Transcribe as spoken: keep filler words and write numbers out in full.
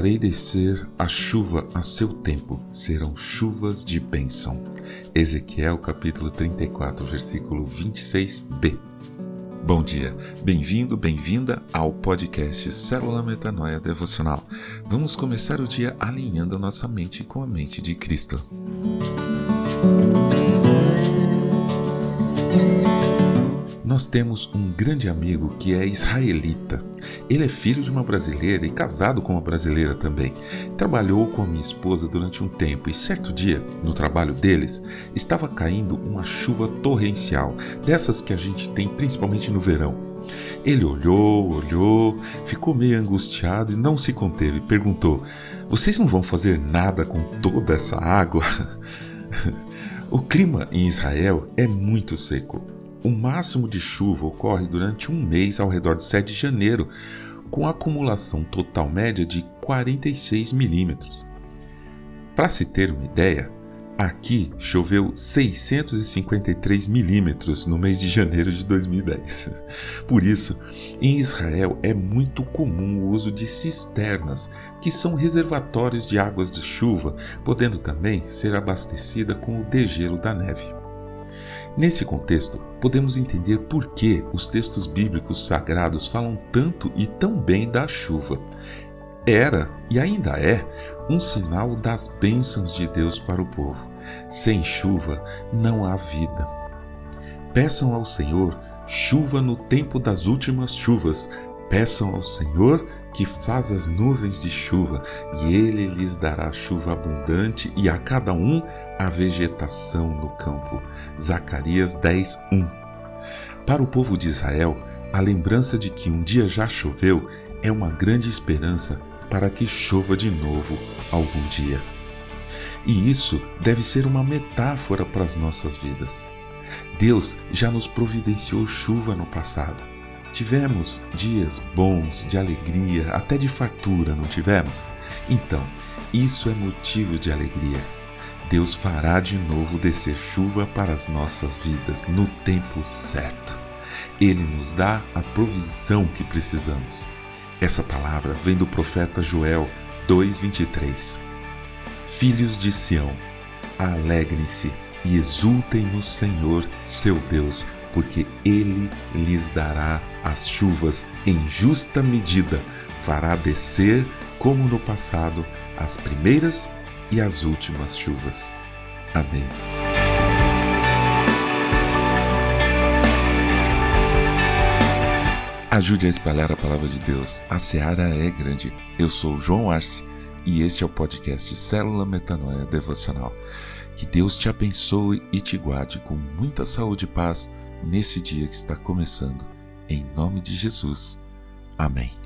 Farei descer a chuva a seu tempo, serão chuvas de bênção. Ezequiel capítulo trinta e quatro, versículo vinte e seis b. Bom dia, bem-vindo, bem-vinda ao podcast Célula Metanoia Devocional. Vamos começar o dia alinhando a nossa mente com a mente de Cristo. Nós temos um grande amigo que é israelita. Ele é filho de uma brasileira e casado com uma brasileira também. Trabalhou com a minha esposa durante um tempo e certo dia, no trabalho deles, estava caindo uma chuva torrencial, dessas que a gente tem principalmente no verão. Ele olhou, olhou, ficou meio angustiado e não se conteve. Perguntou: "Vocês não vão fazer nada com toda essa água?" O clima em Israel é muito seco. O máximo de chuva ocorre durante um mês ao redor de sete de janeiro, com acumulação total média de quarenta e seis milímetros. Para se ter uma ideia, aqui choveu seiscentos e cinquenta e três milímetros no mês de janeiro de dois mil e dez. Por isso, em Israel é muito comum o uso de cisternas, que são reservatórios de águas de chuva, podendo também ser abastecida com o degelo da neve. Nesse contexto, podemos entender por que os textos bíblicos sagrados falam tanto e tão bem da chuva. Era, e ainda é, um sinal das bênçãos de Deus para o povo. Sem chuva não há vida. Peçam ao Senhor chuva no tempo das últimas chuvas. Peçam ao Senhor que faz as nuvens de chuva, e Ele lhes dará chuva abundante e a cada um a vegetação no campo. Zacarias dez, um. Para o povo de Israel, a lembrança de que um dia já choveu é uma grande esperança para que chova de novo algum dia. E isso deve ser uma metáfora para as nossas vidas. Deus já nos providenciou chuva no passado. Tivemos dias bons, de alegria, até de fartura, não tivemos? Então, isso é motivo de alegria. Deus fará de novo descer chuva para as nossas vidas no tempo certo. Ele nos dá a provisão que precisamos. Essa palavra vem do profeta Joel dois, vinte e três. Filhos de Sião, alegrem-se e exultem no Senhor, seu Deus, porque Ele lhes dará as chuvas em justa medida, fará descer, como no passado, as primeiras e as últimas chuvas. Amém. Ajude a espalhar a palavra de Deus. A seara é grande. Eu sou João Arce e este é o podcast Célula Metanoia Devocional. Que Deus te abençoe e te guarde com muita saúde e paz nesse dia que está começando. Em nome de Jesus. Amém.